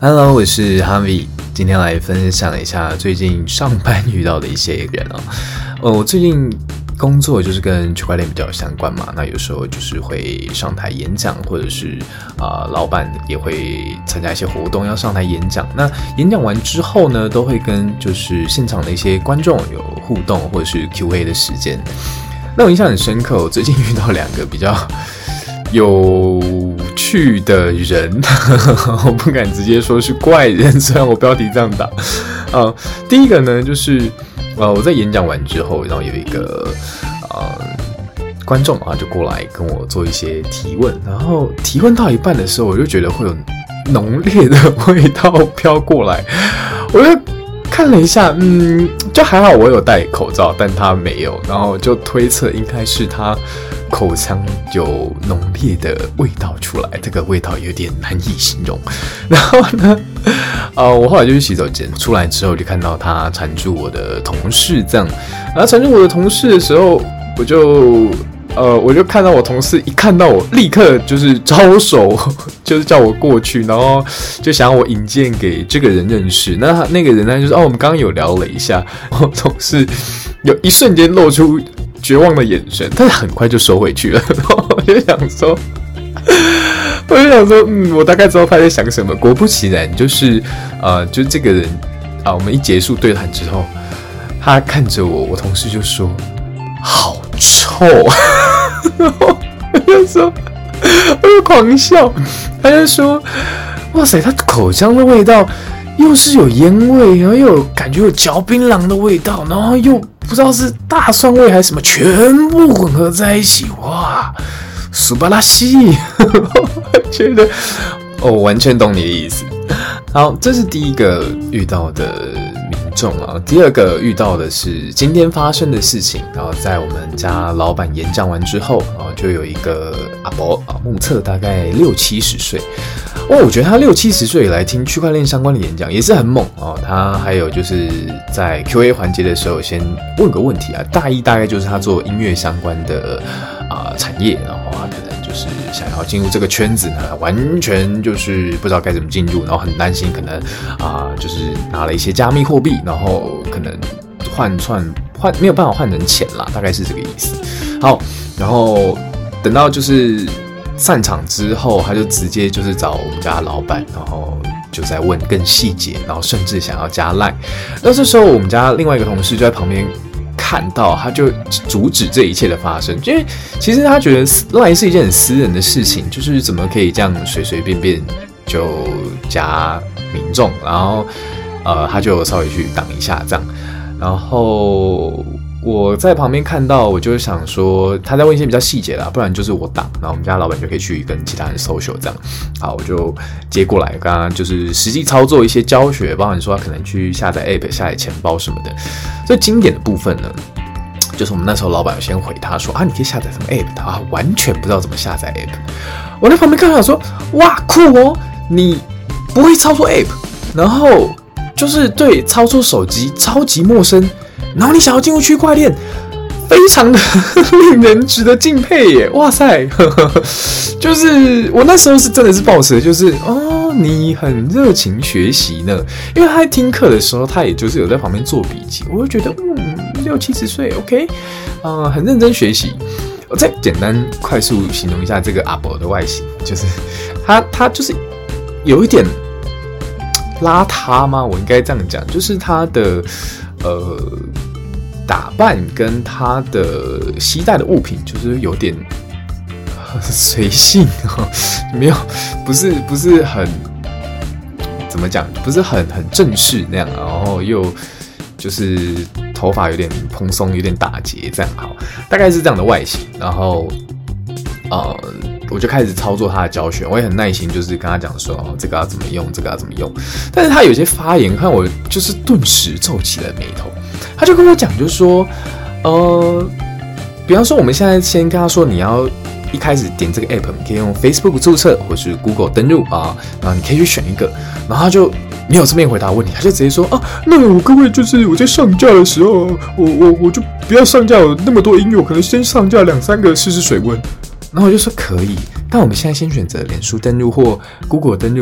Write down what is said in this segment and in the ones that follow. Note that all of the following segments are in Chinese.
Hello， 我是 Harvey， 今天来分享一下最近上班遇到的一些人我最近工作就是跟区块链比较相关嘛，那有时候就是会上台演讲，或者是老板也会参加一些活动要上台演讲。那演讲完之后呢，都会跟就是现场的一些观众有互动，或者是 Q&A 的时间。那我印象很深刻，我最近遇到两个比较有趣的人我不敢直接说是怪人，虽然我标题这样打第一个呢就是我在演讲完之后，然后有一个观众就过来跟我做一些提问，然后提问到一半的时候，我就觉得会有浓烈的味道飘过来，我就看了一下，就还好我有戴口罩，但他没有，然后就推测应该是他口腔有浓烈的味道出来，这个味道有点难以形容。然后呢，我后来就去洗手间，出来之后就看到他缠住我的同事，这样，然后缠住我的同事的时候，我就看到我同事一看到我，立刻就是招手，就是叫我过去，然后就想要我引荐给这个人认识。那个人呢，就是我们刚刚有聊了一下，我同事有一瞬间露出绝望的眼神，但是很快就收回去了。然后我就想说，我大概知道他在想什么。果不其然，就是这个人我们一结束对谈之后，他看着我同事就说：“好臭。”然后我就狂笑，他就说：“哇塞，他口腔的味道又是有烟味，然后又有感觉有嚼槟榔的味道，然后又不知道是大蒜味还是什么，全部混合在一起，哇，苏巴拉西！”我觉得我完全懂你的意思。好，这是第一个遇到的民众第二个遇到的是今天发生的事情。然后在我们家老板演讲完之后，就有一个阿伯目测大概60-70岁。我觉得他60-70岁来听区块链相关的演讲也是很猛他还有就是在 Q&A 环节的时候先问个问题大意大概就是他做音乐相关的产业，然后他可能就是想要进入这个圈子呢，完全就是不知道该怎么进入，然后很担心可能就是拿了一些加密货币，然后可能没有办法换成钱啦，大概是这个意思。好，然后等到就是散场之后，他就直接就是找我们家老板，然后就在问更细节，然后甚至想要加 LINE。那这时候我们家另外一个同事就在旁边看到，他就阻止这一切的发生，因为其实他觉得 LINE 是一件很私人的事情，就是怎么可以这样随随便便就加民众，然后他就稍微去挡一下这样，然后我在旁边看到，我就想说他在问一些比较细节啦，不然就是我挡，然后我们家老板就可以去跟其他人 social 这样。好，我就接过来，刚刚就是实际操作一些教学，包含说他可能去下载 app、下载钱包什么的。最经典的部分呢，就是我们那时候老板有先回他说你可以下载什么 app， 他完全不知道怎么下载 app。我在旁边看到说，哇，酷哦，你不会操作 app， 然后就是对操作手机超级陌生。然后你想要进入区块链，非常的令人值得敬佩耶！哇塞，就是我那时候是真的是抱持的就是你很热情学习呢，因为他在听课的时候，他也就是有在旁边做笔记，我就觉得60-70岁 OK， 很认真学习。我再简单快速形容一下这个阿伯的外形，就是他就是有一点邋遢吗？我应该这样讲，就是他的打扮跟他的携带的物品就是有点随性没有，不是很怎么讲，不是很正式那样，然后又就是头发有点蓬松，有点打结这样，好，大概是这样的外形。然后我就开始操作他的教学，我也很耐心，就是跟他讲说这个要怎么用，这个要怎么用。但是他有些发言，看我就是顿时皱起了眉头。他就跟我讲，就是说，比方说我们现在先跟他说，你要一开始点这个 app， 你可以用 Facebook 注册或是 Google 登录然后你可以去选一个，然后他就没有这边回答问题，他就直接说那我各位就是我在上架的时候，我就不要上架有那么多音乐，我可能先上架2-3个试试水温。然后我就说可以，但我们现在先选择脸书登录或 Google 登录，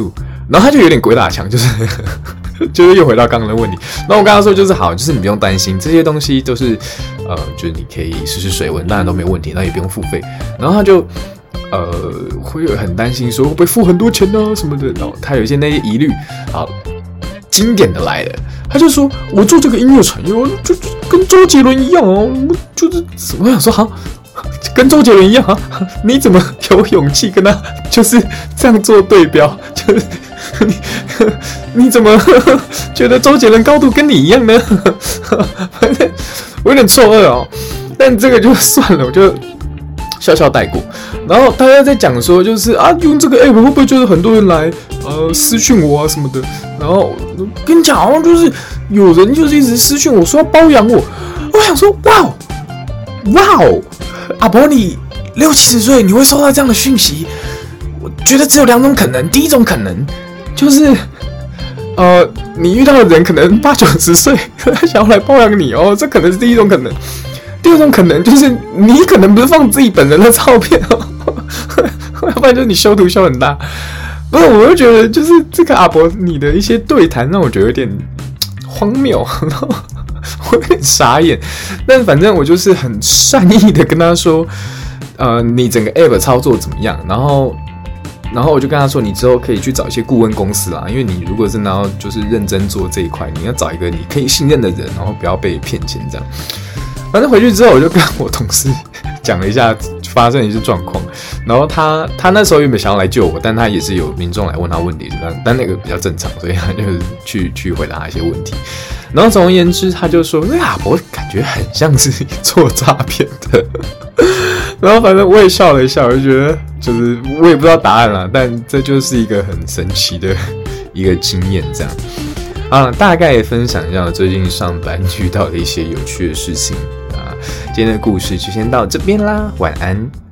然后他就有点鬼打墙，就是就是又回到刚刚的问题。然后我跟他说就是好，就是你不用担心，这些东西都是就是你可以试试水温，当然都没有问题，那也不用付费。然后他就会有很担心说会不会付很多钱呢什么的，然后他有一些那些疑虑。好，经典的来了，他就说我做这个音乐产业就跟周杰伦一样哦，就是我想说哈。跟周杰伦一样啊？你怎么有勇气跟他就是这样做对标？就是你怎么觉得周杰伦高度跟你一样呢？反正我有点错愕哦，但这个就算了，我就笑笑带过。然后大家在讲说，就是啊，用这个 app 会不会就是很多人来私讯我啊什么的？然后跟你讲，好像就是有人就是一直私讯我说要包养我，我想说哇哦！阿伯，你60-70岁，你会收到这样的讯息？我觉得只有2种可能。第一种可能就是，你遇到的人可能80-90岁，他想要来包养你哦，这可能是第一种可能。第二种可能就是你可能不是放自己本人的照片哦，要不然就是你修图修很大。不是，我就觉得就是这个阿伯你的一些对谈让我觉得有点荒谬。我有点傻眼，但反正我就是很善意的跟他说，你整个 app 操作怎么样？然后我就跟他说，你之后可以去找一些顾问公司啦，因为你如果真的要就是认真做这一块，你要找一个你可以信任的人，然后不要被骗钱这样。反正回去之后，我就跟我同事讲了一下发生的一些状况，然后他那时候原本想要来救我，但他也是有民众来问他问题，但那个比较正常，所以他就是去回答一些问题。然后总而言之，他就说：“阿伯感觉很像是做诈骗的。”然后反正我也笑了一笑，我就觉得就是我也不知道答案啦，但这就是一个很神奇的一个经验，这样。大概分享一下我最近上班遇到的一些有趣的事情啊。今天的故事就先到这边啦，晚安。